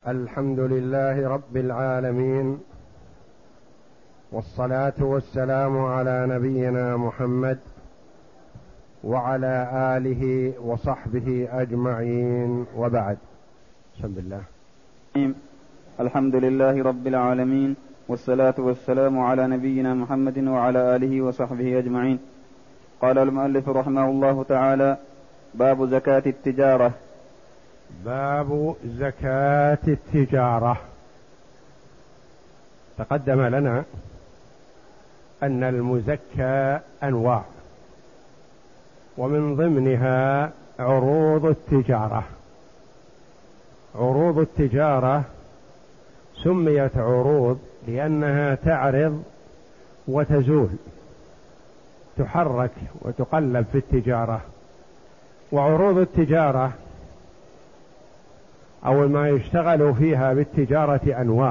الحمد لله رب العالمين، والصلاة والسلام على نبينا محمد وعلى آله وصحبه أجمعين، وبعد. بسم الله. الحمد لله رب العالمين، والصلاة والسلام على نبينا محمد وعلى آله وصحبه أجمعين. قال المؤلف رحمه الله تعالى: باب زكاة التجارة. باب زكاة التجارة. تقدم لنا أن المزكى أنواع، ومن ضمنها عروض التجارة. عروض التجارة سميت عروض لأنها تعرض وتزول، تحرك وتقلب في التجارة. وعروض التجارة أو ما يشتغل فيها بالتجارة أنواع،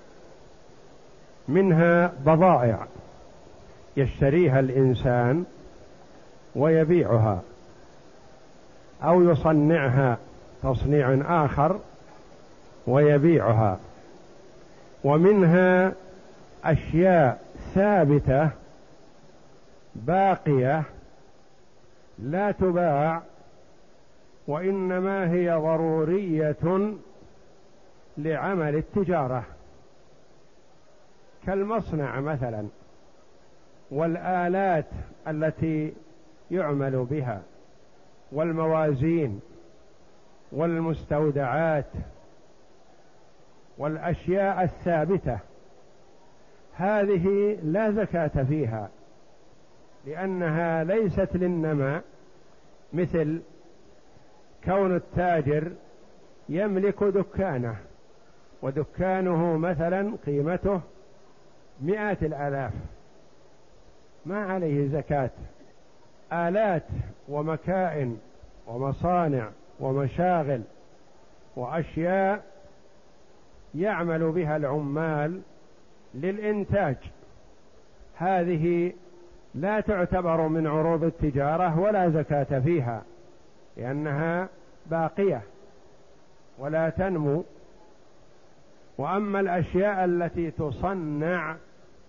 منها بضائع يشتريها الإنسان ويبيعها أو يصنعها تصنيع آخر ويبيعها، ومنها أشياء ثابتة باقية لا تباع، وإنما هي ضرورية لعمل التجارة، كالمصنع مثلا، والآلات التي يعمل بها، والموازين، والمستودعات، والأشياء الثابتة. هذه لا زكاة فيها، لأنها ليست للنماء، مثل كون التاجر يملك دكانه، ودكانه مثلا قيمته 100,000، ما عليه زكاة. آلات ومكائن ومصانع ومشاغل وأشياء يعمل بها العمال للإنتاج، هذه لا تعتبر من عروض التجارة ولا زكاة فيها، لأنها باقية ولا تنمو. وأما الأشياء التي تصنع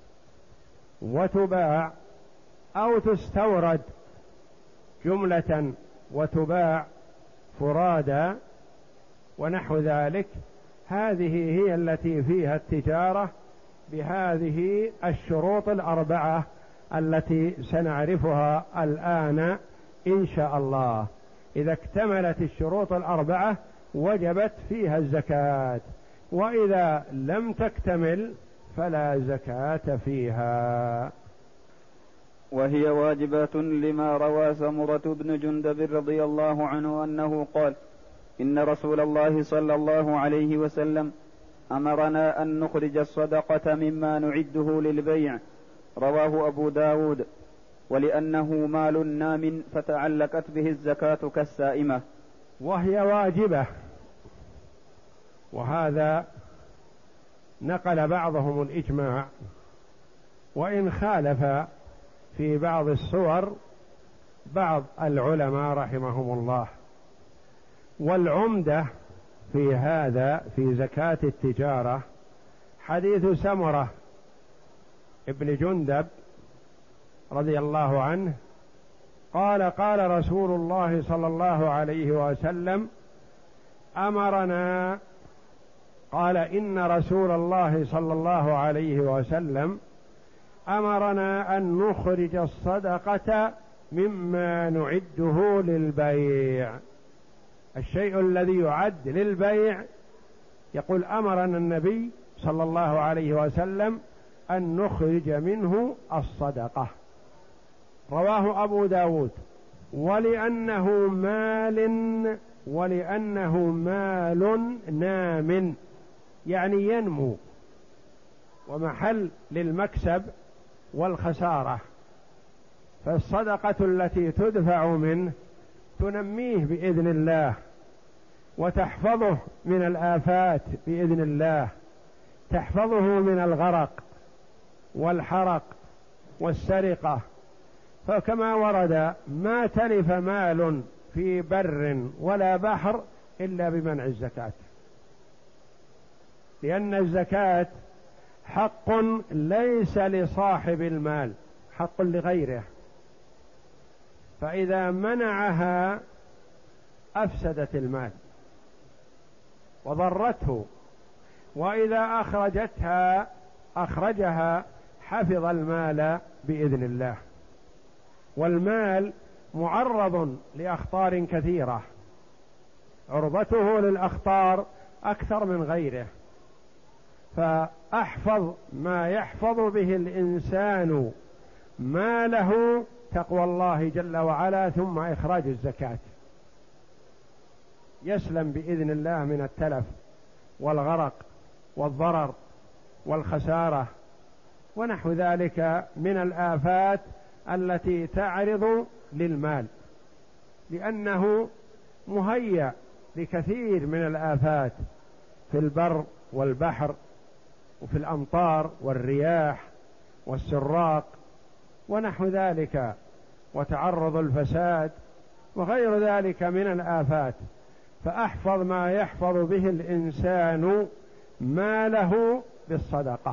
وتباع أو تستورد جملة وتباع فرادا ونحو ذلك، هذه هي التي فيها التجارة بهذه الشروط الأربعة التي سنعرفها الآن إن شاء الله. إذا اكتملت الشروط الأربعة وجبت فيها الزكاة، وإذا لم تكتمل فلا زكاة فيها. وهي واجبات لما روى سمرة بن جندب رضي الله عنه أنه قال: إن رسول الله صلى الله عليه وسلم أمرنا أن نخرج الصدقة مما نعده للبيع. رواه أبو داود. ولأنه مال نام فتعلقت به الزكاة كالسائمة. وهي واجبة، وهذا نقل بعضهم الإجماع، وإن خالف في بعض الصور بعض العلماء رحمهم الله. والعمدة في هذا في زكاة التجارة حديث سمرة ابن جندب رضي الله عنه قال: قال رسول الله صلى الله عليه وسلم أمرنا، قال إن رسول الله صلى الله عليه وسلم أمرنا أن نخرج الصدقة مما نعده للبيع. الشيء الذي يعد للبيع، يقول أمرنا النبي صلى الله عليه وسلم أن نخرج منه الصدقة. رواه أبو داود. ولأنه مال نام، يعني ينمو، ومحل للمكسب والخسارة، فالصدقة التي تدفع منه تنميه بإذن الله، وتحفظه من الآفات بإذن الله، تحفظه من الغرق والحرق والسرقة. فكما ورد: ما تلف مال في بر ولا بحر إلا بمنع الزكاة. لأن الزكاة حق ليس لصاحب المال، حق لغيره، فإذا منعها أفسدت المال وضرته، وإذا أخرجها حفظ المال بإذن الله. والمال معرض لأخطار كثيرة، عرضته للأخطار أكثر من غيره، فأحفظ ما يحفظ به الإنسان ماله تقوى الله جل وعلا، ثم إخراج الزكاة، يسلم بإذن الله من التلف والغرق والضرر والخسارة ونحو ذلك من الآفات التي تعرض للمال، لأنه مهيأ لكثير من الآفات في البر والبحر وفي الأمطار والرياح والسراق ونحو ذلك، وتعرض الفساد وغير ذلك من الآفات. فأحفظ ما يحفظ به الإنسان ماله بالصدقة،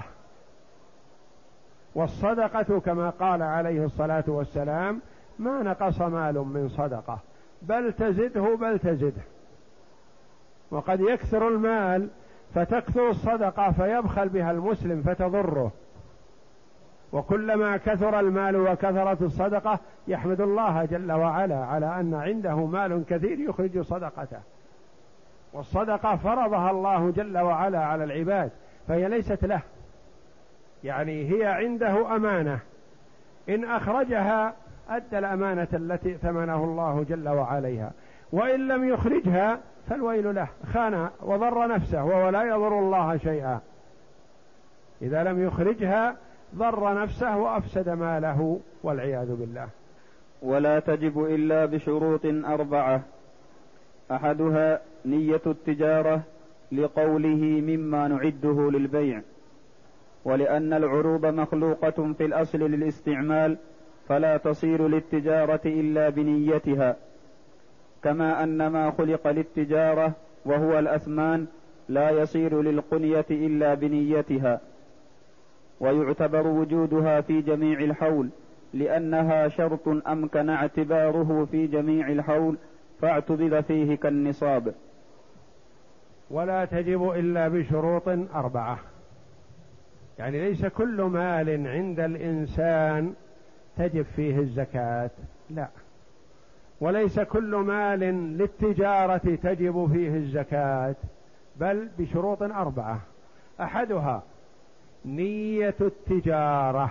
والصدقة كما قال عليه الصلاة والسلام: ما نقص مال من صدقة بل تزده. وقد يكثر المال فتكثر الصدقة فيبخل بها المسلم فتضره، وكلما كثر المال وكثرت الصدقة يحمد الله جل وعلا على أن عنده مال كثير يخرج صدقته. والصدقة فرضها الله جل وعلا على العباد، فهي ليست له، يعني هي عنده أمانة، إن أخرجها أدى الأمانة التي ثمنه الله جل وعليها، وإن لم يخرجها فالويل له، خان وضر نفسه وهو لا يضر الله شيئا. إذا لم يخرجها ضر نفسه وأفسد ماله والعياذ بالله. ولا تجب إلا بشروط 4: أحدها نية التجارة، لقوله: مما نعده للبيع، ولأن العروض مخلوقة في الأصل للاستعمال، فلا تصير للتجارة إلا بنيتها، كما أن ما خلق للتجارة وهو الأثمان لا يصير للقنية إلا بنيتها. ويعتبر وجودها في جميع الحول، لأنها شرط أمكن اعتباره في جميع الحول فاعتبر فيه كالنصاب. ولا تجب إلا بشروط 4، يعني ليس كل مال عند الإنسان تجب فيه الزكاة، لا، وليس كل مال للتجارة تجب فيه الزكاة، بل بشروط 4: أحدها نية التجارة.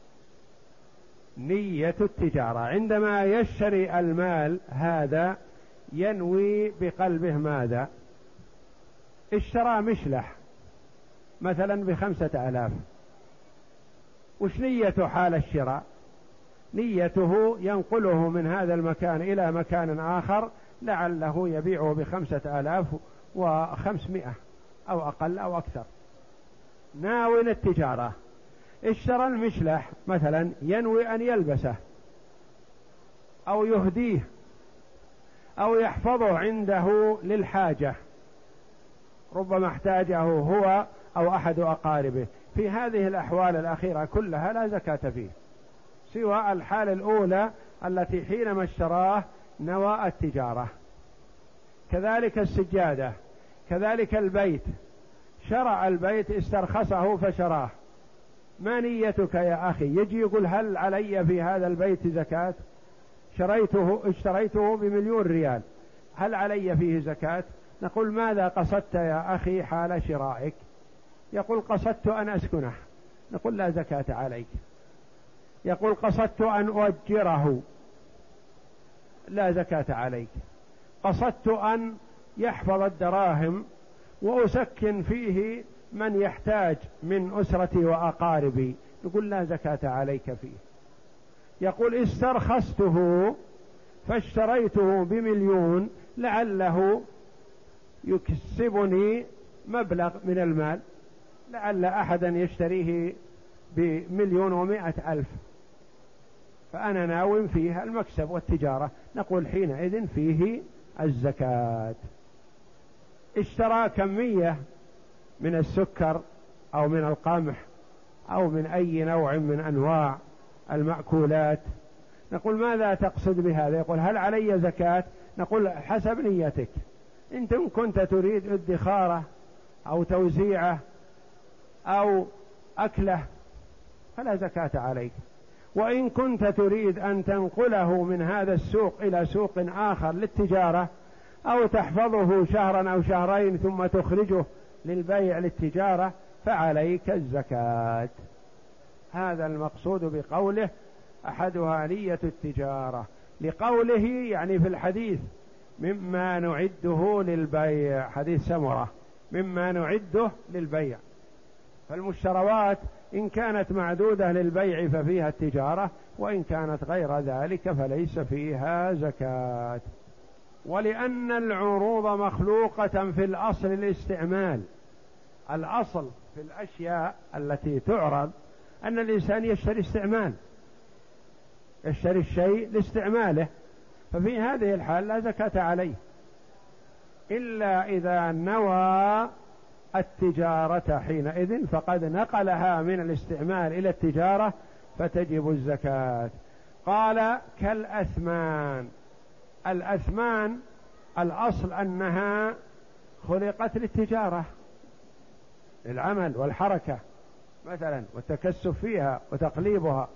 نية التجارة، عندما يشتري المال هذا ينوي بقلبه ماذا؟ اشترى مشلح مثلا ب5,000، وش نيته حال الشراء؟ نيته ينقله من هذا المكان إلى مكان آخر لعله يبيعه ب5,500 أو أقل أو أكثر، ناوي التجارة. اشترى المشلح مثلا ينوي أن يلبسه أو يهديه أو يحفظه عنده للحاجة، ربما احتاجه هو أو أحد أقاربه. في هذه الأحوال الأخيرة كلها لا زكاة فيه، سوى الحالة الأولى التي حينما اشتراه نوى التجارة. كذلك السجادة، كذلك البيت، شرع البيت استرخصه فشراه، ما نيتك يا أخي؟ يجي يقول: هل علي في هذا البيت زكاة؟ اشتريته ب1,000,000 ريال، هل علي فيه زكاة؟ نقول: ماذا قصدت يا أخي حال شرائك؟ يقول: قصدت أن أسكنه، نقول: لا زكاة عليك. يقول: قصدت أن أؤجره، لا زكاة عليك. قصدت أن يحفظ الدراهم وأسكن فيه من يحتاج من أسرتي وأقاربي، نقول: لا زكاة عليك فيه. يقول: استرخصته فاشتريته ب1,000,000 لعله يكسبني مبلغ من المال، لعل أحدا يشتريه ب1,100,000، فأنا ناوم فيها المكسب والتجارة، نقول حينئذ فيه الزكاة. اشترى كمية من السكر أو من القمح أو من أي نوع من أنواع المأكولات، نقول ماذا تقصد بهذا؟ يقول هل علي زكاة؟ نقول حسب نيتك، إن كنت تريد ادخاره أو توزيعه أو أكله فلا زكاة عليك، وإن كنت تريد أن تنقله من هذا السوق إلى سوق آخر للتجارة أو تحفظه شهرا أو شهرين ثم تخرجه للبيع للتجارة فعليك الزكاة. هذا المقصود بقوله أحدها نية التجارة، لقوله يعني في الحديث مما نعده للبيع، حديث سمرة مما نعده للبيع، فالمشتروات إن كانت معدودة للبيع ففيها التجارة، وإن كانت غير ذلك فليس فيها زكاة. ولأن العروض مخلوقة في الأصل الاستعمال، الأصل في الأشياء التي تعرض أن الإنسان يشتري استعمال، يشتري الشيء لاستعماله، ففي هذه الحال لا زكاة عليه إلا إذا نوى التجارة، حينئذ فقد نقلها من الاستعمال إلى التجارة فتجب الزكاة. قال كالأثمان، الأثمان الأصل أنها خلقت للتجارة، للعمل والحركة مثلا والتكسب فيها وتقليبها،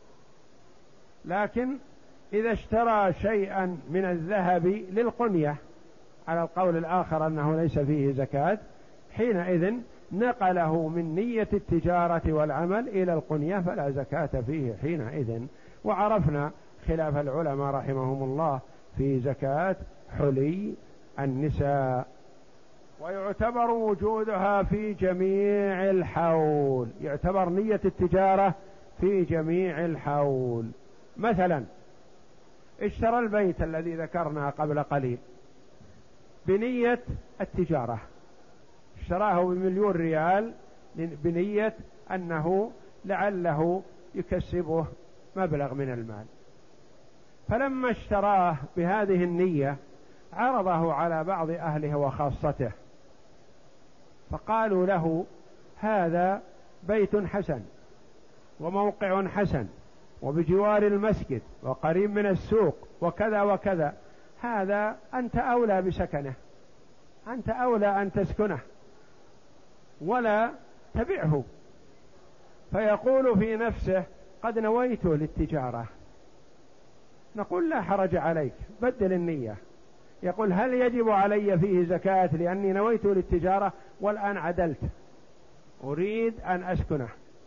لكن إذا اشترى شيئا من الذهب للقنية على القول الآخر أنه ليس فيه زكاة، حينئذ نقله من نية التجارة والعمل إلى القنية فلا زكاة فيه حينئذ. وعرفنا خلاف العلماء رحمهم الله في زكاة حلي النساء. ويعتبر وجودها في جميع الحول، يعتبر نية التجارة في جميع الحول. مثلا اشترى البيت الذي ذكرنا قبل قليل بنية التجارة، اشتراه ب1,000,000 ريال بنية أنه لعله يكسبه مبلغ من المال، فلما اشتراه بهذه النية عرضه على بعض أهله وخاصته، فقالوا له هذا بيت حسن وموقع حسن وبجوار المسجد وقريب من السوق وكذا وكذا، هذا أنت أولى بسكنه، أنت أولى أن تسكنه ولا تبعه. فيقول في نفسه قد نويت للتجارة، نقول لا حرج عليك، بدل النية. يقول هل يجب علي فيه زكاة لأني نويت للتجارة والآن عدلت أريد أن أسكنه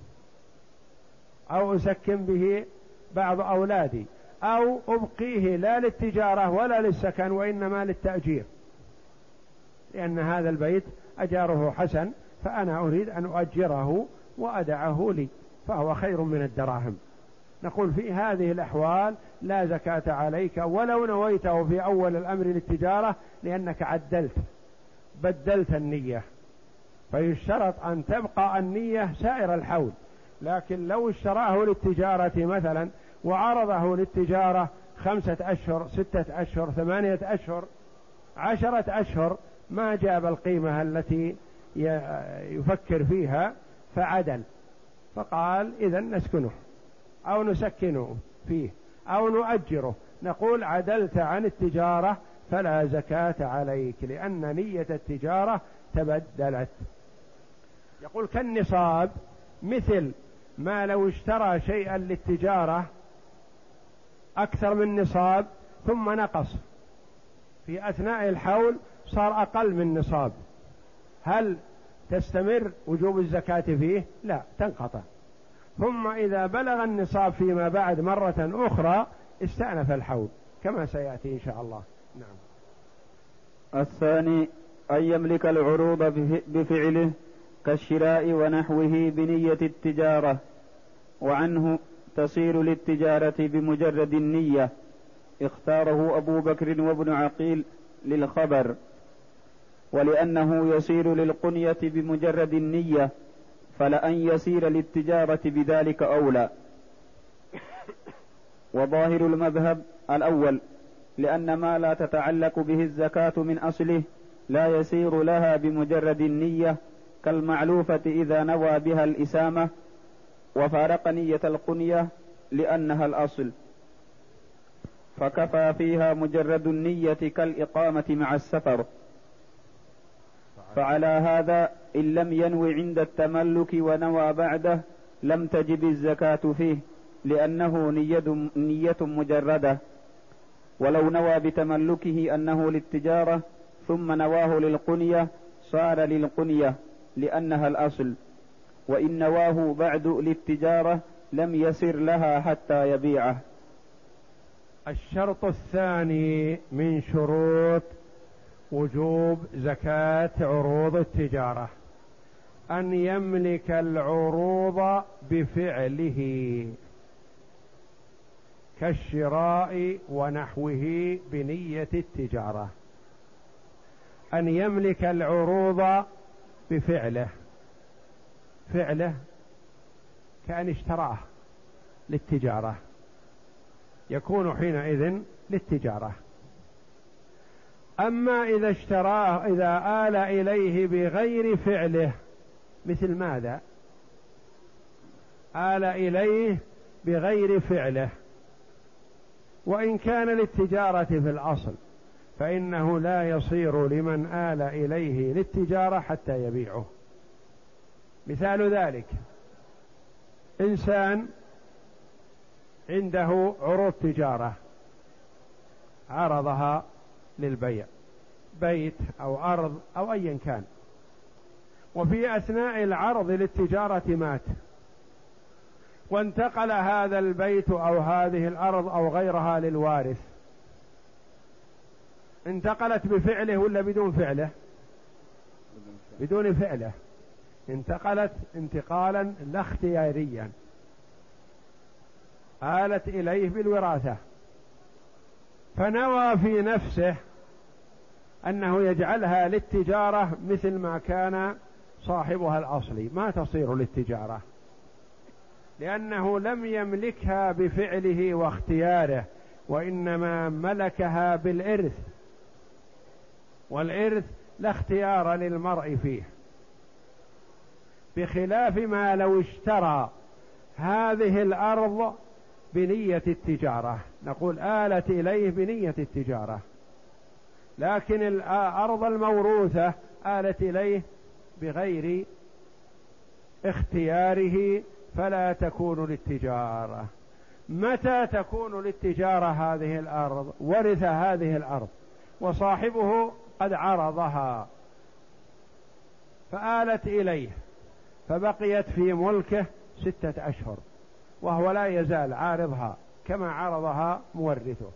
أو أسكن به بعض أولادي أو أبقيه لا للتجارة ولا للسكن وإنما للتأجير، لأن هذا البيت أجاره حسن فأنا أريد أن أؤجره وأدعه لي فهو خير من الدراهم. نقول في هذه الأحوال لا زكاة عليك ولو نويته في أول الأمر للتجارة، لأنك عدلت بدلت النية، فيشترط أن تبقى النية سائر الحول. لكن لو اشتراه للتجارة مثلا وعرضه للتجارة 5 أشهر 6 أشهر 8 أشهر 10 أشهر ما جاب القيمة التي يفكر فيها فعدل، فقال إذن نسكنه أو نسكنه فيه أو نؤجره، نقول عدلت عن التجارة فلا زكاة عليك لأن نية التجارة تبدلت. يقول كالنصاب، مثل ما لو اشترى شيئا للتجارة أكثر من نصاب ثم نقص في أثناء الحول صار أقل من نصاب، هل تستمر وجوب الزكاة فيه؟ لا، تنقطع. ثم إذا بلغ النصاب فيما بعد مرة أخرى استأنف الحول كما سيأتي إن شاء الله. نعم. الثاني أن يملك العروض بفعله كالشراء ونحوه بنية التجارة، وعنه تصير للتجارة بمجرد النية، اختاره أبو بكر وابن عقيل للخبر، ولأنه يصير للقنية بمجرد النية فلأن يصير للتجارة بذلك أولى. وظاهر المذهب الأول، لأن ما لا تتعلق به الزكاة من أصله لا يصير لها بمجرد النية كالمعلوفة إذا نوى بها الإسامة وفارق نية القنية لأنها الأصل، فكفى فيها مجرد النية كالإقامة مع السفر. فعلى هذا إن لم ينوي عند التملك ونوى بعده لم تجب الزكاة فيه، لأنه نية مجردة. ولو نوى بتملكه أنه للتجارة ثم نواه للقنية صار للقنية لأنها الأصل، وإن نواه بعد للتجارة لم يسر لها حتى يبيعه. الشرط الثاني من شروط وجوب زكاة عروض التجارة أن يملك العروض بفعله كالشراء ونحوه بنية التجارة. أن يملك العروض بفعله، فعله كأن اشتراه للتجارة، يكون حينئذ للتجارة. أما إذا اشتراه إذا آل إليه بغير فعله، مثل ماذا؟ آل إليه بغير فعله وإن كان للتجارة في الأصل، فإنه لا يصير لمن آل إليه للتجارة حتى يبيعه. مثال ذلك إنسان عنده عروض تجارة عرضها للبيع، بيت أو أرض أو أيا كان، وفي أثناء العرض للتجارة مات، وانتقل هذا البيت أو هذه الأرض أو غيرها للوارث، انتقلت بفعله ولا بدون فعله؟ بدون فعله، انتقلت انتقالا لا اختياريا، آلت إليه بالوراثة، فنوى في نفسه أنه يجعلها للتجارة مثل ما كان صاحبها الأصلي، ما تصير للتجارة، لأنه لم يملكها بفعله واختياره، وإنما ملكها بالإرث، والإرث لا اختيار للمرء فيه، بخلاف ما لو اشترى هذه الأرض بنية التجارة، نقول آلت إليه بنية التجارة، لكن الأرض الموروثة آلت إليه بغير اختياره فلا تكون للتجارة. متى تكون للتجارة هذه الأرض؟ ورث هذه الأرض وصاحبه قد عرضها فآلت إليه، فبقيت في ملكه 6 أشهر وهو لا يزال عارضها كما عرضها مورثه،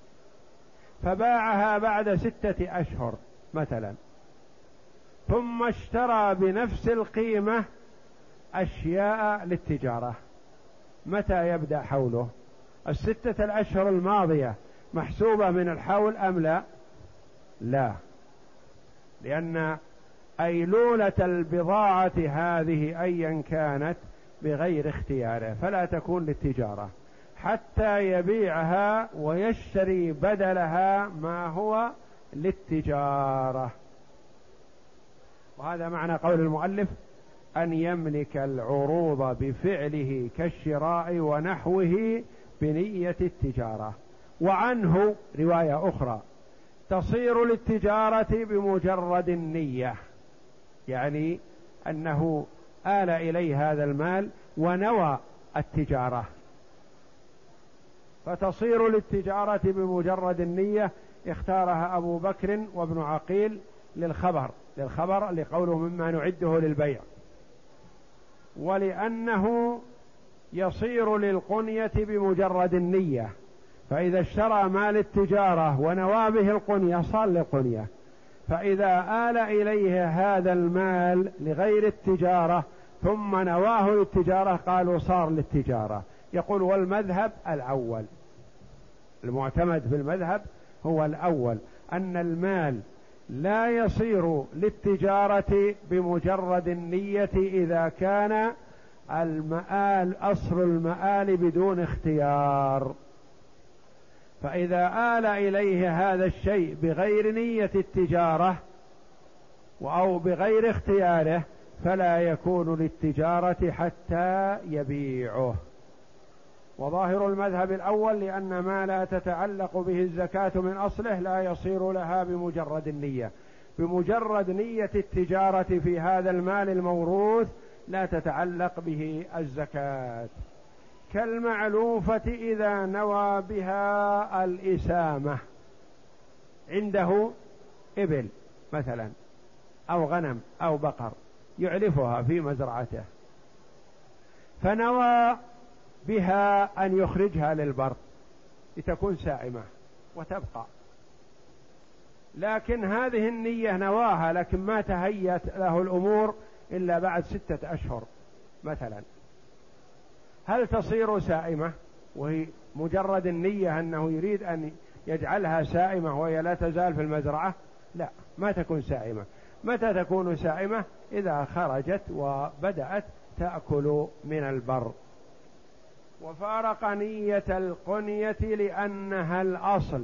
فباعها بعد 6 أشهر مثلا، ثم اشترى بنفس القيمة أشياء للتجارة. متى يبدأ حوله؟ 6 الأشهر الماضية محسوبة من الحول أم لا؟ لا، لأن أيلولة البضاعة هذه أيا كانت بغير اختياره فلا تكون للتجارة حتى يبيعها ويشتري بدلها ما هو للتجارة. وهذا معنى قول المؤلف أن يملك العروض بفعله كالشراء ونحوه بنية التجارة. وعنه رواية أخرى تصير للتجارة بمجرد النية، يعني أنه آل إليه هذا المال ونوى التجارة، فتصير للتجارة بمجرد النية. اختارها أبو بكر وابن عقيل للخبر لقوله مما نعده للبيع، ولأنه يصير للقنية بمجرد النية، فإذا اشترى مال التجارة ونوى به القنية صار للقنية، فإذا آل إليه هذا المال لغير التجارة ثم نواه للتجارة قالوا صار للتجارة. يقول والمذهب الأول، المعتمد في المذهب هو الأول، أن المال لا يصير للتجارة بمجرد النية إذا كان المآل أصل المآل بدون اختيار. فإذا آل إليه هذا الشيء بغير نية التجارة أو بغير اختياره فلا يكون للتجارة حتى يبيعه. وظاهر المذهب الأول لأن ما لا تتعلق به الزكاة من أصله لا يصير لها بمجرد النية، بمجرد نية التجارة في هذا المال الموروث لا تتعلق به الزكاة. كالمعلوفة إذا نوى بها الإسامة، عنده إبل مثلا أو غنم أو بقر يعلفها في مزرعته، فنوى بها أن يخرجها للبر لتكون سائمة وتبقى، لكن هذه النية نواها لكن ما تهيأت له الأمور إلا بعد 6 أشهر مثلا، هل تصير سائمة وهي مجرد النية أنه يريد أن يجعلها سائمة وهي لا تزال في المزرعة؟ لا، ما تكون سائمة. متى تكون سائمة؟ إذا خرجت وبدأت تأكل من البر. وفارق نية القنية لأنها الأصل،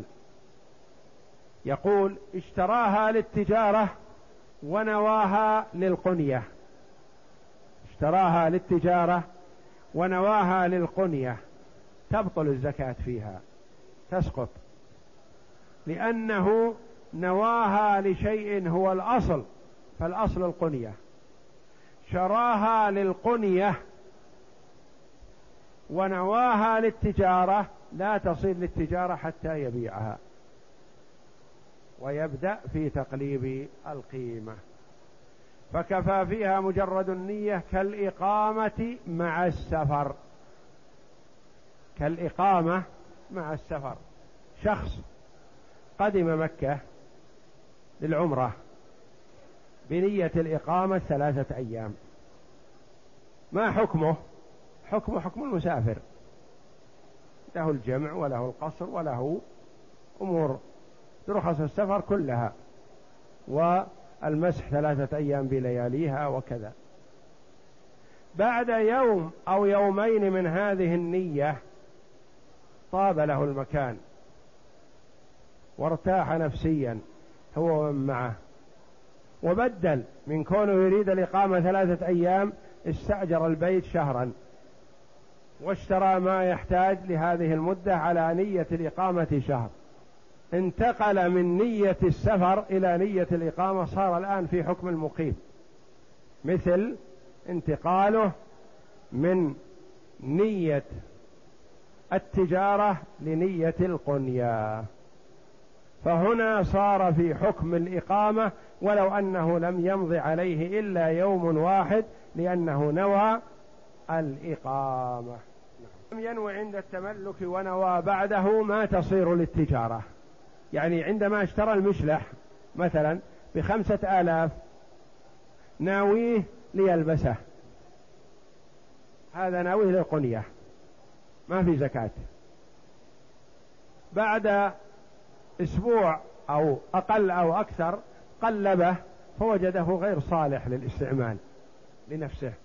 يقول اشتراها للتجارة ونواها للقنية، اشتراها للتجارة ونواها للقنية، تبطل الزكاة فيها، تسقط، لأنه نواها لشيء هو الأصل، فالأصل القنية. شراها للقنية ونواها للتجارة لا تصل للتجارة حتى يبيعها ويبدأ في تقليب القيمة، فكفى فيها مجرد النية كالإقامة مع السفر. كالإقامة مع السفر، شخص قدم مكة للعمرة بنية الإقامة 3 أيام، ما حكمه؟ حكم المسافر، له الجمع وله القصر وله أمور رخص السفر كلها، والمسح 3 أيام بلياليها وكذا. بعد يوم أو يومين من هذه النية طاب له المكان وارتاح نفسيا هو ومن معه، وبدل من كونه يريد الإقامة 3 أيام استأجر البيت شهرا واشترى ما يحتاج لهذه المدة على نية الإقامة شهر، انتقل من نية السفر إلى نية الإقامة، صار الآن في حكم المقيم، مثل انتقاله من نية التجارة لنية القنية، فهنا صار في حكم الإقامة ولو أنه لم يمض عليه إلا يوم واحد لأنه نوى الإقامة. لم ينوي عند التملك ونوى بعده ما تصير للتجارة، يعني عندما اشترى المشلح مثلا ب5,000 ناويه ليلبسه، هذا ناويه للقنية ما في زكاة. بعد أسبوع أو أقل أو أكثر قلبه فوجده غير صالح للاستعمال لنفسه،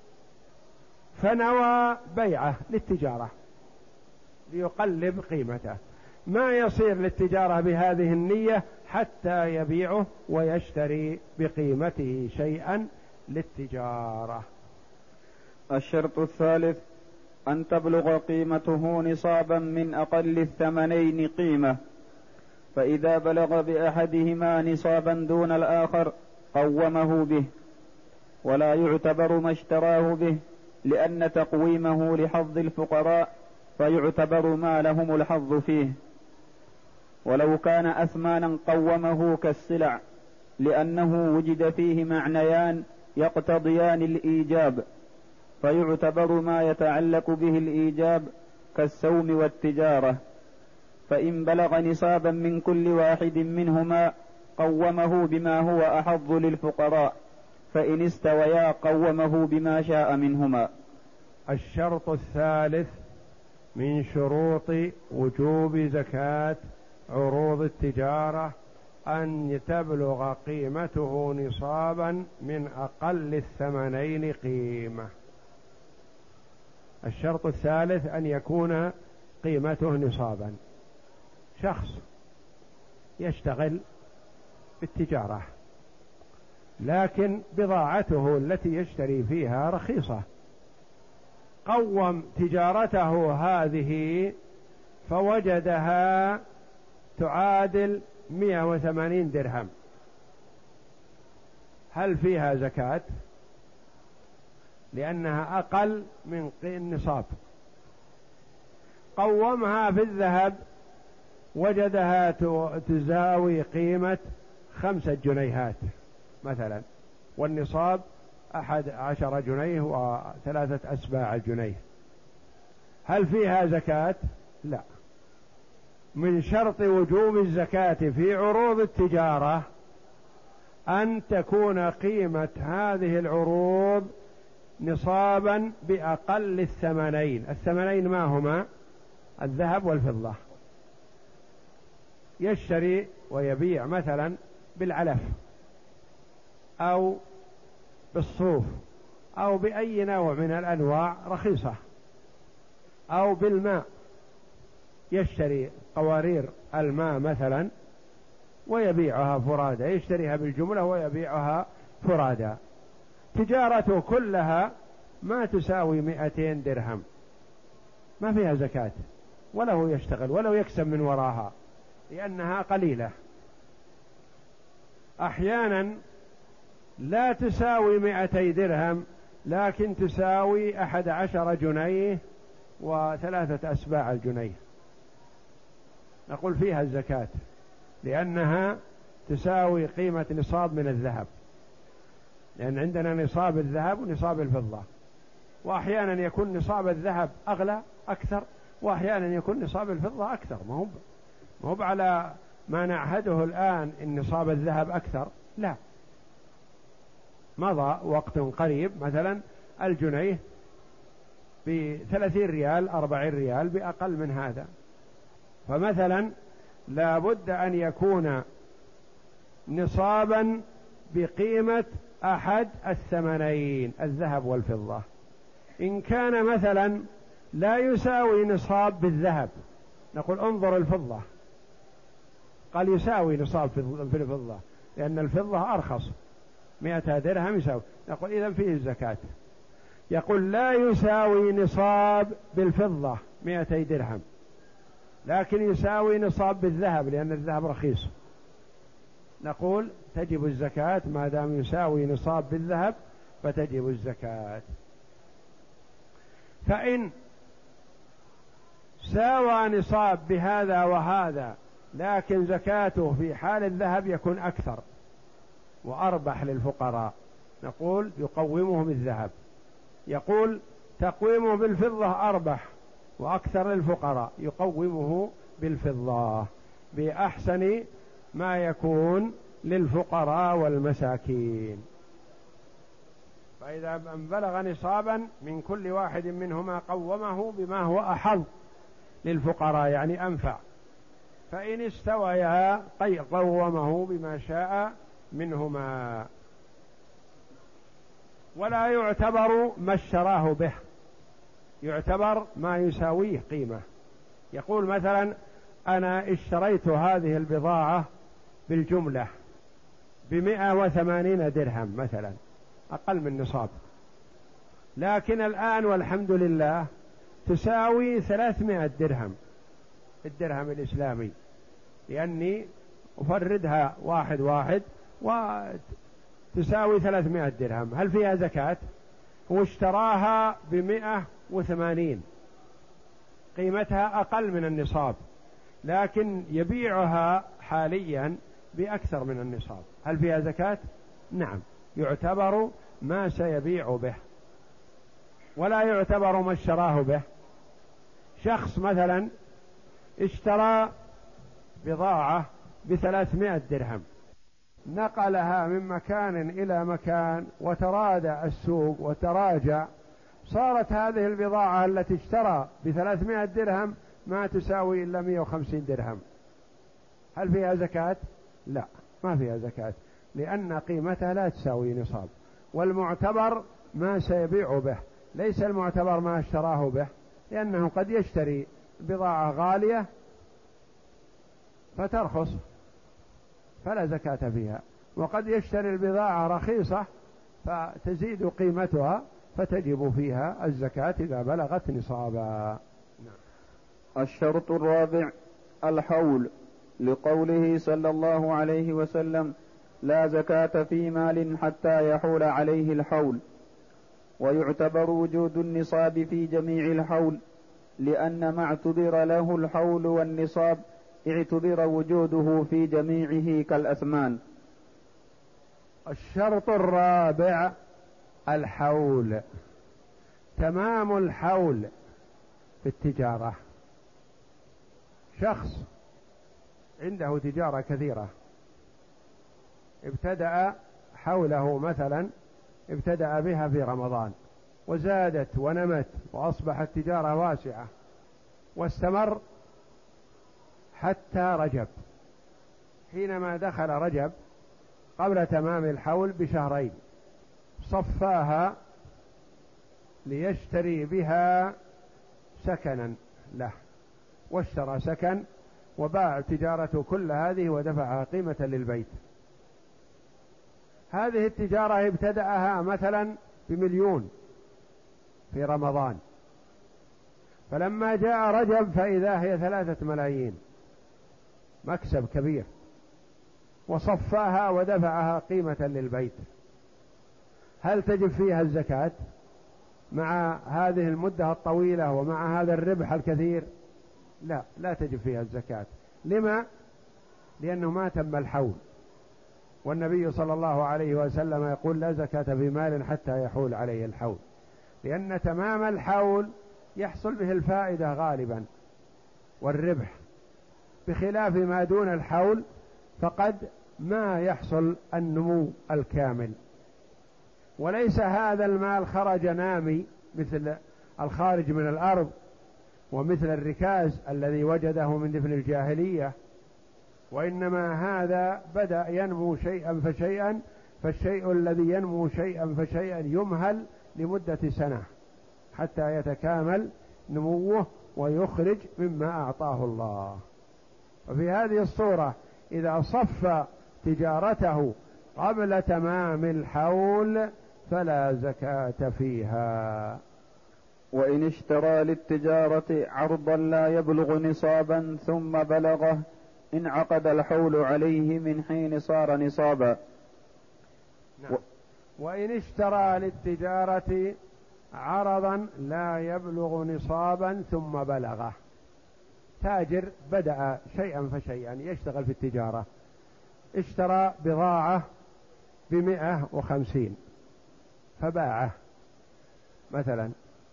فنوى بيعه للتجارة ليقلب قيمته، ما يصير للتجارة بهذه النية حتى يبيعه ويشتري بقيمته شيئا للتجارة. الشرط الثالث أن تبلغ قيمته نصابا من أقل الثمنين قيمة، فإذا بلغ بأحدهما نصابا دون الآخر قومه به، ولا يعتبر ما اشتراه به لأن تقويمه لحظ الفقراء فيعتبر ما لهم الحظ فيه، ولو كان أثمانا قومه كالسلع لأنه وجد فيه معنيان يقتضيان الإيجاب، فيعتبر ما يتعلق به الإيجاب كالسوم والتجارة، فإن بلغ نصابا من كل واحد منهما قومه بما هو أحظ للفقراء، فإن استويا قومه بما شاء منهما. الشرط الثالث من شروط وجوب زكاة عروض التجارة أن تبلغ قيمته نصابا من أقل الثمنين قيمة. الشرط الثالث أن يكون قيمته نصابا. شخص يشتغل بالتجارة لكن بضاعته التي يشتري فيها رخيصة، قوم تجارته هذه فوجدها تعادل 180 درهم، هل فيها زكاة؟ لأنها أقل من النصاب. قومها في الذهب وجدها تساوي قيمة 5 جنيهات مثلا، والنصاب 11 جنيه و3 جنيه، هل فيها زكاة؟ لا. من شرط وجوب الزكاة في عروض التجارة أن تكون قيمة هذه العروض نصابا بأقل الثمنين. الثمنين ما هما؟ الذهب والفضة. يشتري ويبيع مثلا بالعلف أو بالصوف أو بأي نوع من الأنواع رخيصة، أو بالماء، يشتري قوارير الماء مثلا ويبيعها فرادى، يشتريها بالجملة ويبيعها فرادى، تجارته كلها ما تساوي 200 درهم، ما فيها زكاة، وله يشتغل ولو يكسب من وراها لأنها قليلة. أحيانا لا تساوي 200 درهم لكن تساوي 11 جنيه و3 جنيه، نقول فيها الزكاة لأنها تساوي قيمة نصاب من الذهب، لأن عندنا نصاب الذهب ونصاب الفضة، وأحيانا يكون نصاب الذهب أغلى أكثر، وأحيانا يكون نصاب الفضة أكثر. ما هو على ما نعهده الآن إن نصاب الذهب أكثر، لا، مضى وقت قريب مثلا الجنيه ب30 ريال 40 ريال بأقل من هذا، فمثلا لا بد أن يكون نصابا بقيمة أحد الثمنين الذهب والفضة. إن كان مثلا لا يساوي نصاب بالذهب نقول انظر الفضة، قال يساوي نصاب في الفضة لأن الفضة أرخص 100 درهم يساوي، نقول إذن فيه الزكاة. يقول لا يساوي نصاب بالفضة 200 درهم لكن يساوي نصاب بالذهب لأن الذهب رخيص، نقول تجب الزكاة ما دام يساوي نصاب بالذهب فتجب الزكاة. فإن ساوى نصاب بهذا وهذا لكن زكاته في حال الذهب يكون أكثر وأربح للفقراء نقول يقومه بالذهب. يقول تقويمه بالفضة أربح وأكثر للفقراء يقومه بالفضة بأحسن ما يكون للفقراء والمساكين. فإذا بلغ نصابا من كل واحد منهما قومه بما هو أحظ للفقراء يعني أنفع، فإن استويا قومه بما شاء منهما. ولا يعتبر ما اشتراه به، يعتبر ما يساويه قيمة. يقول مثلا أنا اشتريت هذه البضاعة بالجملة ب180 درهم مثلا أقل من نصاب، لكن الآن والحمد لله تساوي 300 درهم الدرهم الإسلامي، لأني أفردها واحد واحد وتساوي 300 درهم، هل فيها زكاة؟ هو اشتراها ب180 قيمتها أقل من النصاب لكن يبيعها حاليا بأكثر من النصاب، هل فيها زكاة؟ نعم، يعتبر ما سيبيع به ولا يعتبر ما اشتراه به. شخص مثلا اشترى بضاعة ب300 درهم، نقلها من مكان إلى مكان وترادى السوق وتراجع، صارت هذه البضاعة التي اشترى ب300 درهم ما تساوي إلا 150 درهم، هل فيها زكاة؟ لا، ما فيها زكاة لأن قيمتها لا تساوي نصاب، والمعتبر ما سيبيع به، ليس المعتبر ما اشتراه به، لأنه قد يشتري بضاعة غالية فترخص فلا زكاة فيها، وقد يشتري البضاعة رخيصة فتزيد قيمتها فتجب فيها الزكاة إذا بلغت نصابا. الشرط الرابع الحول، لقوله صلى الله عليه وسلم: لا زكاة في مال حتى يحول عليه الحول. ويعتبر وجود النصاب في جميع الحول، لأن ما اعتبر له الحول والنصاب اعتبر وجوده في جميعه كالأثمان. الشرط الرابع الحول، تمام الحول في التجارة. شخص عنده تجارة كثيرة، ابتدأ حوله مثلا، ابتدأ بها في رمضان وزادت ونمت وأصبحت تجارة واسعة، واستمر حتى رجب. حينما دخل رجب قبل تمام الحول بشهرين صفاها ليشتري بها سكنا له، واشترى سكن وباع تجارته كل هذه ودفعها قيمة للبيت. هذه التجارة ابتدأها مثلا ب1,000,000 في رمضان، فلما جاء رجب فإذا هي 3 ملايين، مكسب كبير، وصفاها ودفعها قيمة للبيت. هل تجب فيها الزكاة مع هذه المدة الطويلة ومع هذا الربح الكثير؟ لا، لا تجب فيها الزكاة. لما؟ لأنه ما تم الحول، والنبي صلى الله عليه وسلم يقول: لا زكاة في مال حتى يحول عليه الحول، لأن تمام الحول يحصل به الفائدة غالبا والربح، بخلاف ما دون الحول فقد ما يحصل النمو الكامل. وليس هذا المال خرج نامي مثل الخارج من الأرض ومثل الركاز الذي وجده من دفن الجاهلية، وإنما هذا بدأ ينمو شيئا فشيئا، فالشيء الذي ينمو شيئا فشيئا يمهل لمدة سنة حتى يتكامل نموه ويخرج مما أعطاه الله. وفي هذه الصورة إذا صف تجارته قبل تمام الحول فلا زكاة فيها. وإن اشترى للتجارة عرضا لا يبلغ نصابا ثم بلغه انعقد الحول عليه من حين صار نصابا. نعم. وإن اشترى للتجارة عرضا لا يبلغ نصابا ثم بلغه، تاجر بدأ شيئا فشيئا يشتغل في التجارة، اشترى بضاعة ب150 فباعه مثلا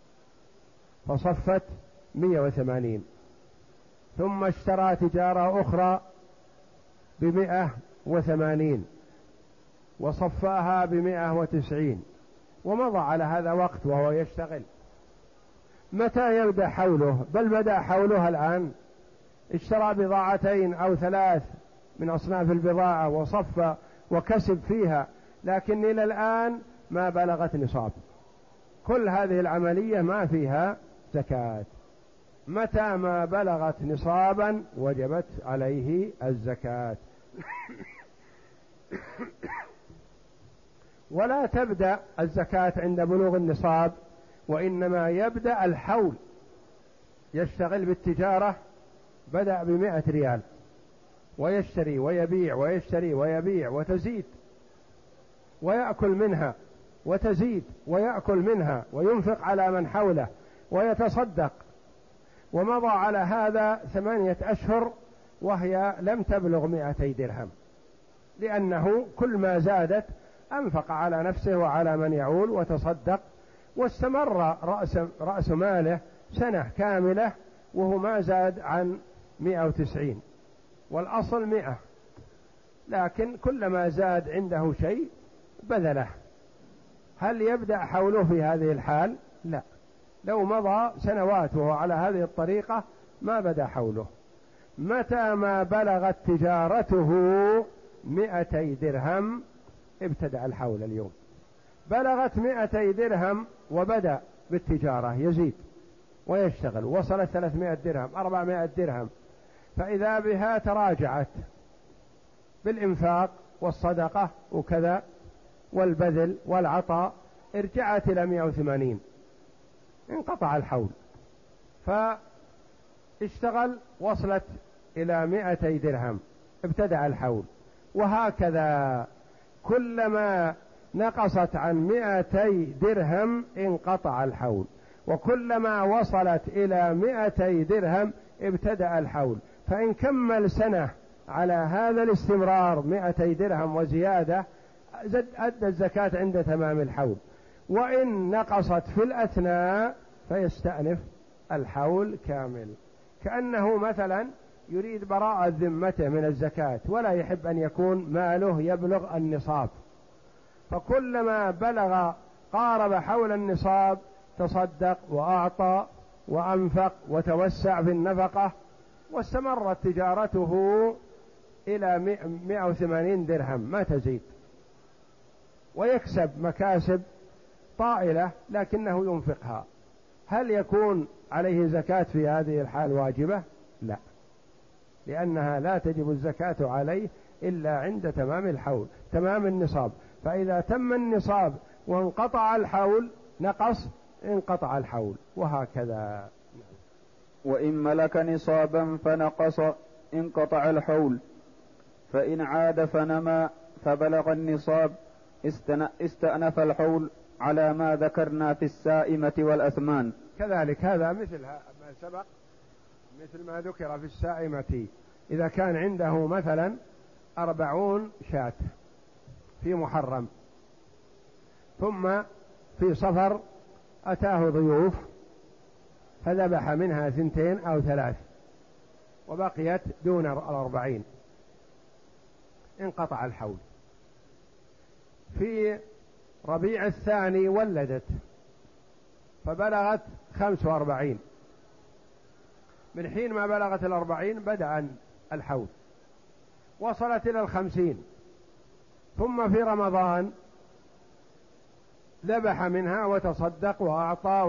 فصفت 180، ثم اشترى تجارة أخرى ب180 وصفاها ب190، ومضى على هذا وقت وهو يشتغل. متى يبدأ حوله؟ بل بدأ حولها الآن. اشترى بضاعتين أو 3 من أصناف البضاعة وصف وكسب فيها، لكن إلى الآن ما بلغت نصاب. كل هذه العملية ما فيها زكاة. متى ما بلغت نصابا وجبت عليه الزكاة. ولا تبدأ الزكاة عند بلوغ النصاب، وإنما يبدأ الحول. يشتغل بالتجارة، بدأ ب100 ريال ويشتري ويبيع ويشتري ويبيع وتزيد، ويأكل منها وتزيد ويأكل منها وينفق على من حوله ويتصدق، ومضى على هذا 8 أشهر وهي لم تبلغ 200 درهم، لأنه كل ما زادت أنفق على نفسه وعلى من يعول وتصدق، واستمر رأس ماله سنة كاملة وهو ما زاد عن 190، والأصل 100، لكن كلما زاد عنده شيء بذله. هل يبدأ حوله في هذه الحال؟ لا، لو مضى سنوات وهو على هذه الطريقة ما بدأ حوله. متى ما بلغت تجارته 200 درهم ابتدأ الحول. اليوم بلغت 200 درهم وبدأ بالتجارة يزيد ويشتغل، وصلت 300 درهم 400 درهم، فإذا بها تراجعت بالإنفاق والصدقة وكذا والبذل والعطاء ارجعت إلى 180، انقطع الحول. فاشتغل وصلت إلى 200 درهم ابتدأ الحول، وهكذا كلما نقصت عن 200 درهم انقطع الحول، وكلما وصلت إلى 200 درهم ابتدأ الحول. فإن كمل سنة على هذا الاستمرار 200 درهم وزيادة أدى الزكاة عند تمام الحول. وإن نقصت في الأثناء فيستأنف الحول كامل، كأنه مثلا يريد براءة ذمته من الزكاة ولا يحب أن يكون ماله يبلغ النصاب، فكلما بلغ قارب حول النصاب تصدق وأعطى وأنفق وتوسع في النفقة، واستمرت تجارته إلى 180 درهم ما تزيد، ويكسب مكاسب طائلة لكنه ينفقها. هل يكون عليه زكاة في هذه الحال واجبة؟ لا، لأنها لا تجب الزكاة عليه إلا عند تمام الحول، تمام النصاب. فإذا تم النصاب وانقطع الحول نقص، انقطع الحول، وهكذا. وإن ملك نصابا فنقص انقطع الحول، فإن عاد فنمى فبلغ النصاب استأنف الحول على ما ذكرنا في السائمة والأثمان. كذلك هذا مثل ما سبق، مثل ما ذكر في السائمة. إذا كان عنده مثلا 40 شاة في محرم، ثم في صفر أتاه ضيوف فذبح منها 2 أو 3 وبقيت دون 40، انقطع الحول. في ربيع الثاني ولدت فبلغت 45، من حين ما بلغت 40 بدأ الحول، وصلت إلى 50، ثم في رمضان ذبح منها وتصدق وأعطى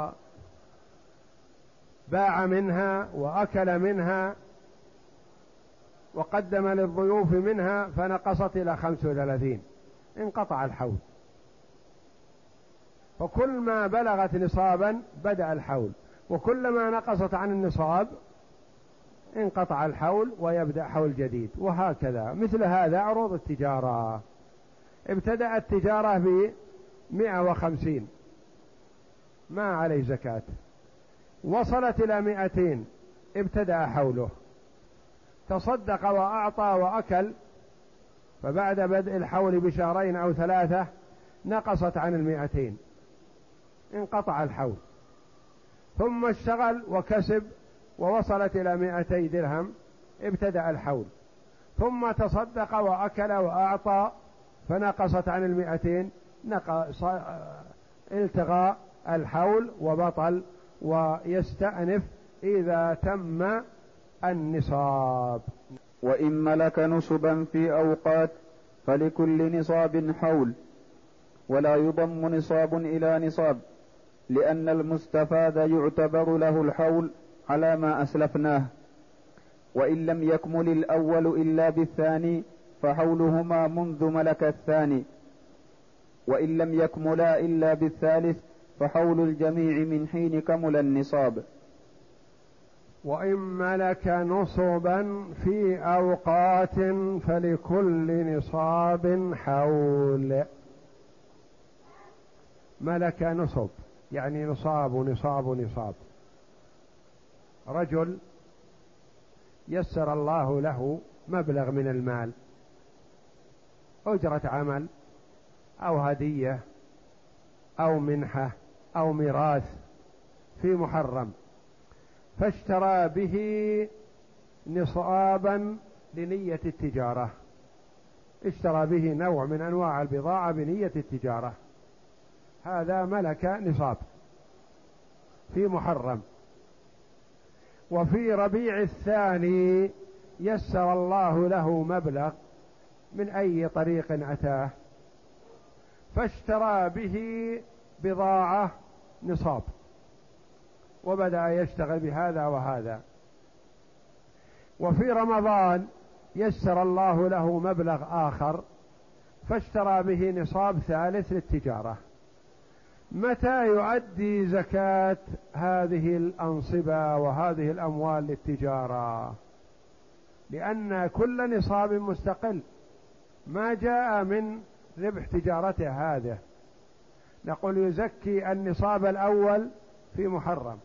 وباع منها وأكل منها وقدم للضيوف منها، فنقصت إلى 35، انقطع الحول. فكل ما بلغت نصابا بدأ الحول، وكلما نقصت عن النصاب انقطع الحول ويبدأ حول جديد، وهكذا. مثل هذا عروض التجارة، ابتدأ التجارة ب150 ما عليه زكاة، وصلت إلى 200 ابتدأ حوله، تصدق وأعطى وأكل، فبعد بدء الحول بشهرين أو 3 نقصت عن 200، انقطع الحول. ثم اشتغل وكسب ووصلت إلى 200 درهم ابتدأ الحول، ثم تصدق وأكل وأعطى فنقصت عن 200، التغى الحول وبطل، ويستأنف إذا تم النصاب. وإن ملك نصبا في أوقات فلكل نصاب حول، ولا يضم نصاب إلى نصاب، لأن المستفاد يعتبر له الحول على ما أسلفناه. وإن لم يكمل الأول إلا بالثاني فحولهما منذ ملك الثاني، وإن لم يكملا إلا بالثالث فحول الجميع من حين كمل النصاب. وإن ملك نصبا في أوقات فلكل نصاب حول. ملك نصب يعني نصاب. رجل يسر الله له مبلغ من المال، أجرة عمل أو هدية أو منحة أو ميراث في محرم، فاشترى به نصابا لنية التجارة، اشترى به نوع من أنواع البضاعة بنية التجارة، هذا ملك نصاب في محرم. وفي ربيع الثاني يسر الله له مبلغ من أي طريق أتاه، فاشترى به بضاعة نصاب وبدأ يشتغل بهذا وهذا. وفي رمضان يسر الله له مبلغ آخر فاشترى به نصاب ثالث للتجارة، متى يؤدي زكاة هذه الأنصبة وهذه الأموال للتجارة؟ لأن كل نصاب مستقل، ما جاء من ربح تجارته هذه. نقول يزكي النصاب الأول في محرم،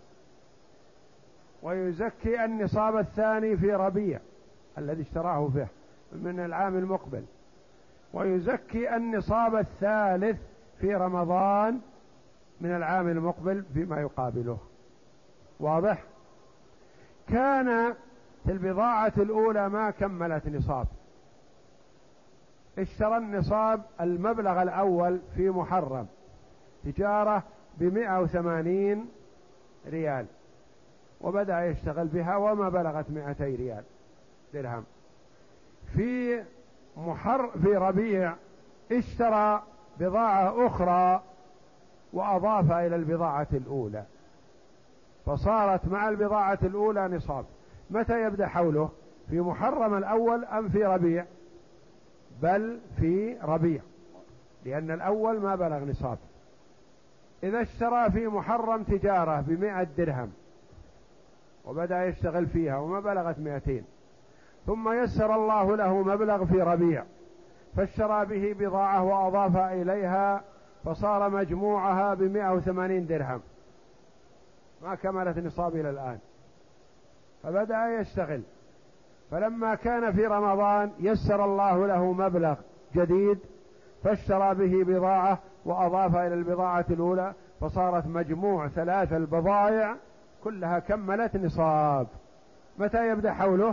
ويزكي النصاب الثاني في ربيع الذي اشتراه فيه من العام المقبل، ويزكي النصاب الثالث في رمضان من العام المقبل فيما يقابله. واضح؟ كان في البضاعة الأولى ما كملت نصاب، اشترى النصاب المبلغ الأول في محرم تجارة ب180 ريال، وبدأ يشتغل بها وما بلغت 200 ريال درهم. في ربيع اشترى بضاعة أخرى وأضاف إلى البضاعة الأولى، فصارت مع البضاعة الأولى نصاب. متى يبدأ حوله؟ في محرم الأول أم في ربيع؟ بل في ربيع، لأن الأول ما بلغ نصاب. إذا اشترى في محرم تجارة ب100 درهم وبدأ يشتغل فيها وما بلغت 200، ثم يسر الله له مبلغ في ربيع فاشترى به بضاعة وأضاف إليها فصار مجموعها ب180 درهم، ما كملت نصاب إلى الآن، فبدأ يشتغل. فلما كان في رمضان يسر الله له مبلغ جديد فاشترى به بضاعة وأضاف إلى البضاعة الأولى، فصارت مجموع 3 البضائع كلها كملت نصاب. متى يبدأ حوله؟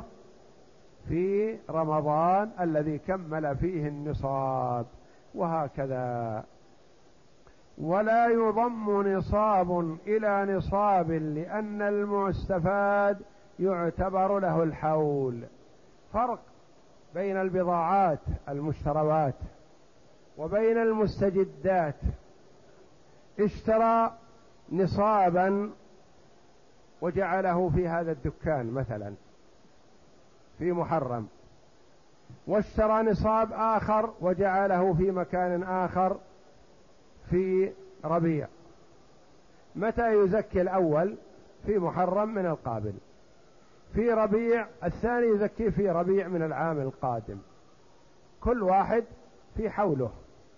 في رمضان الذي كمل فيه النصاب. وهكذا. ولا يضم نصاب إلى نصاب لأن المستفاد يعتبر له الحول. فرق بين البضاعات المشتروات وبين المستجدات. اشترى نصابا وجعله في هذا الدكان مثلا في محرم، واشترى نصاب آخر وجعله في مكان آخر في ربيع. متى يزكي الأول؟ في محرم من القابل، في ربيع الثاني يزكيه في ربيع من العام القادم، كل واحد في حوله.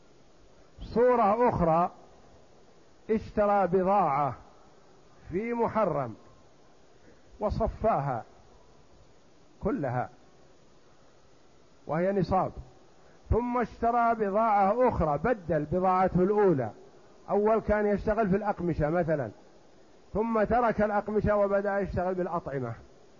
صورة أخرى: اشترى بضاعة في محرم وصفاها كلها وهي نصاب، ثم اشترى بضاعة أخرى، بدل بضاعته الأولى. أول كان يشتغل في الأقمشة مثلا، ثم ترك الأقمشة وبدأ يشتغل بالأطعمة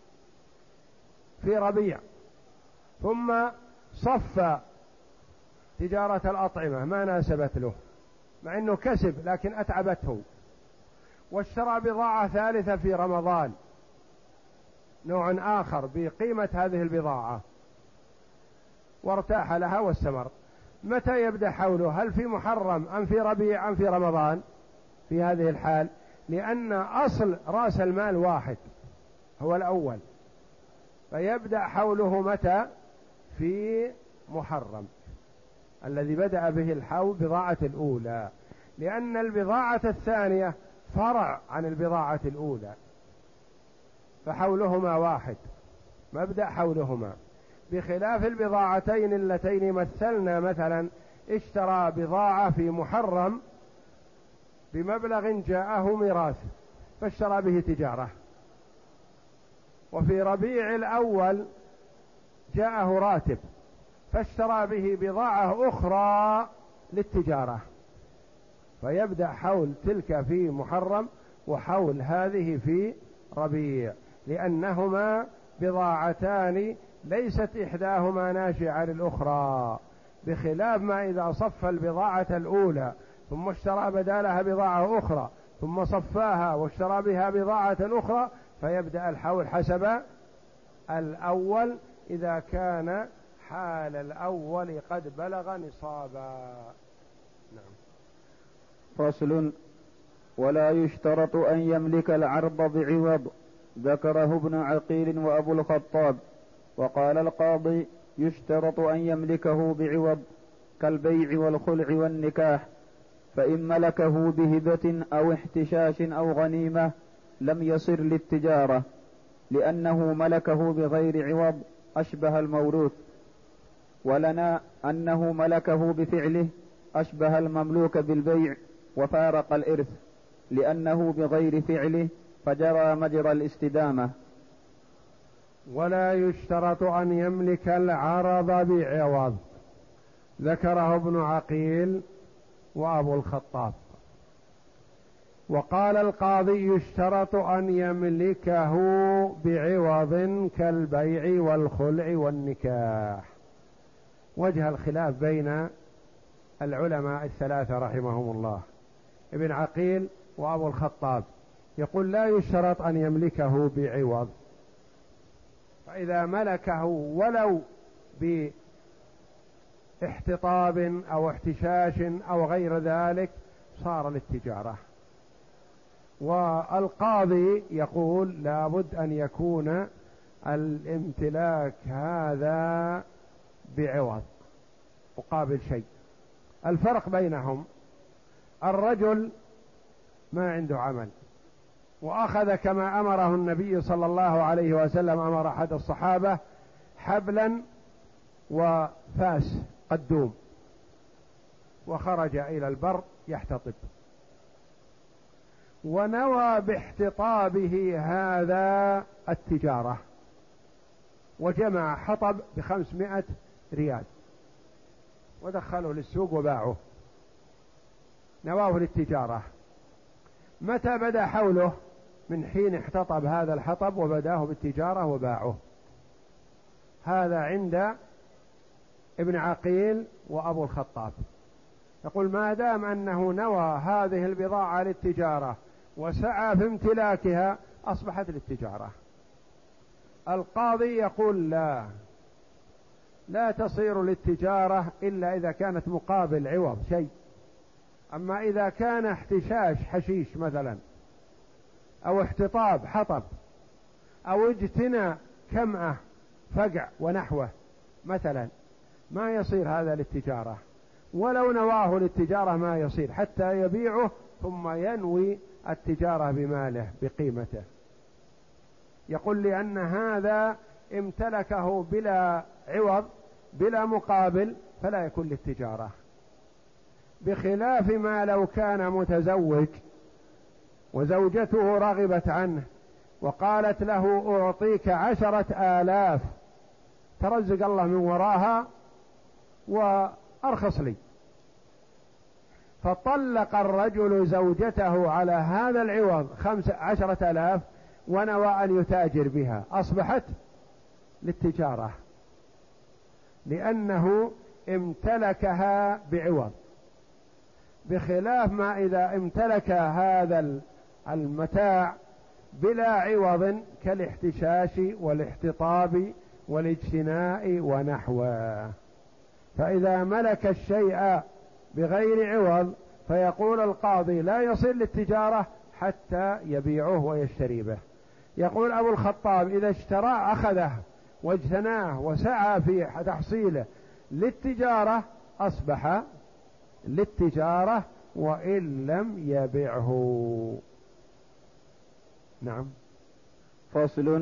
في ربيع، ثم صفى تجارة الأطعمة ما ناسبت له مع أنه كسب لكن أتعبته، واشترى بضاعة ثالثة في رمضان نوع آخر بقيمة هذه البضاعة وارتاح لها واستمر. متى يبدأ حوله؟ هل في محرم أم في ربيع أم في رمضان؟ في هذه الحال، لأن أصل رأس المال واحد هو الأول، فيبدأ حوله متى؟ في محرم الذي بدأ به الحول بضاعة الأولى، لأن البضاعة الثانية فرع عن البضاعة الأولى، فحولهما واحد، مبدأ حولهما. بخلاف البضاعتين اللتين مثلنا، مثلا اشترى بضاعة في محرم بمبلغ جاءه ميراث فاشترى به تجارة، وفي ربيع الأول جاءه راتب فاشترى به بضاعة أخرى للتجارة، فيبدأ حول تلك في محرم وحول هذه في ربيع، لأنهما بضاعتان ليست إحداهما ناشئة للأخرى، بخلاف ما إذا صف البضاعة الأولى ثم اشترى بدالها بضاعة أخرى ثم صفاها واشترى بها بضاعة أخرى، فيبدأ الحول حسب الأول إذا كان حال الأول قد بلغ نصابا. نعم. فصل: ولا يشترط أن يملك العرض بعوض. ذكره ابن عقيل وأبو الخطاب. وقال القاضي يشترط أن يملكه بعوض كالبيع والخلع والنكاح، فإن ملكه بهبة أو احتشاش أو غنيمة لم يصر للتجارة، لأنه ملكه بغير عوض أشبه الموروث. ولنا أنه ملكه بفعله أشبه المملوك بالبيع وفارق الإرث، لأنه بغير فعله فجرى مجرى الاستدامة. ولا يشترط أن يملك العرض بعوض، ذكره ابن عقيل وأبو الخطاب. وقال القاضي يشترط أن يملكه بعوض كالبيع والخلع والنكاح. وجه الخلاف بين العلماء الثلاثة رحمهم الله، ابن عقيل وأبو الخطاب يقول لا يشترط أن يملكه بعوض، فإذا ملكه ولو باحتطاب أو احتشاش أو غير ذلك صار للتجارة. والقاضي يقول لابد أن يكون الامتلاك هذا بعوض مقابل شيء. الفرق بينهم الرجل ما عنده عمل وأخذ كما أمره النبي صلى الله عليه وسلم، أمر أحد الصحابة حبلا وفاس قدوم وخرج إلى البر يحتطب، ونوى باحتطابه هذا التجارة وجمع حطب ب500 ريال ودخله للسوق وباعه، نواه للتجارة. متى بدأ حوله؟ من حين احتطب هذا الحطب وبداه بالتجارة وباعه. هذا عند ابن عقيل وأبو الخطاب، يقول ما دام أنه نوى هذه البضاعة للتجارة وسعى في امتلاكها أصبحت للتجارة. القاضي يقول لا تصير للتجارة إلا إذا كانت مقابل عوض شيء. أما إذا كان احتشاش حشيش مثلا أو احتطاب حطب أو اجتنى كمأة فقع ونحوه مثلا ما يصير هذا للتجارة، ولو نواه للتجارة ما يصير حتى يبيعه ثم ينوي التجارة بماله بقيمته. يقول لأن هذا امتلكه بلا عوض بلا مقابل فلا يكون للتجارة، بخلاف ما لو كان متزوج وزوجته رغبت عنه وقالت له أعطيك 10,000 ترزق الله من وراها وأرخص لي، فطلق الرجل زوجته على هذا العوض 10,000 ونوى أن يتاجر بها أصبحت للتجارة، لأنه امتلكها بعوض، بخلاف ما إذا امتلك هذا المتاع بلا عوض كالاحتشاش والاحتطاب والاجتناء ونحوه. فإذا ملك الشيء بغير عوض فيقول القاضي لا يصل للتجارة حتى يبيعه ويشتري به. يقول أبو الخطاب إذا اشتراه أخذه واجتناه وسعى في تحصيله للتجارة أصبح للتجارة وإن لم يبعه. نعم. فصل.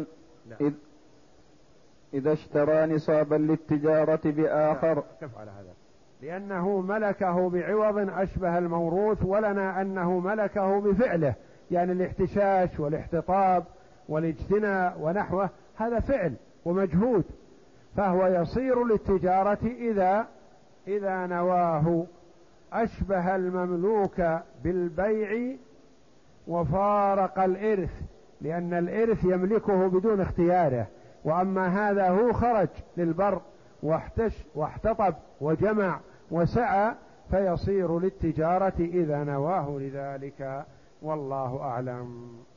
إذا اشترى نصابا للتجارة بآخر. كيف على هذا؟ لأنه ملكه بعوض أشبه الموروث، ولنا أنه ملكه بفعله، يعني الاحتشاش والاحتطاب والاجتناء ونحوه هذا فعل ومجهود، فهو يصير للتجارة إذا نواه أشبه المملوك بالبيع وفارق الإرث، لأن الإرث يملكه بدون اختياره، وأما هذا هو خرج للبر واحتطب وجمع وسعى فيصير للتجارة إذا نواه لذلك، والله أعلم.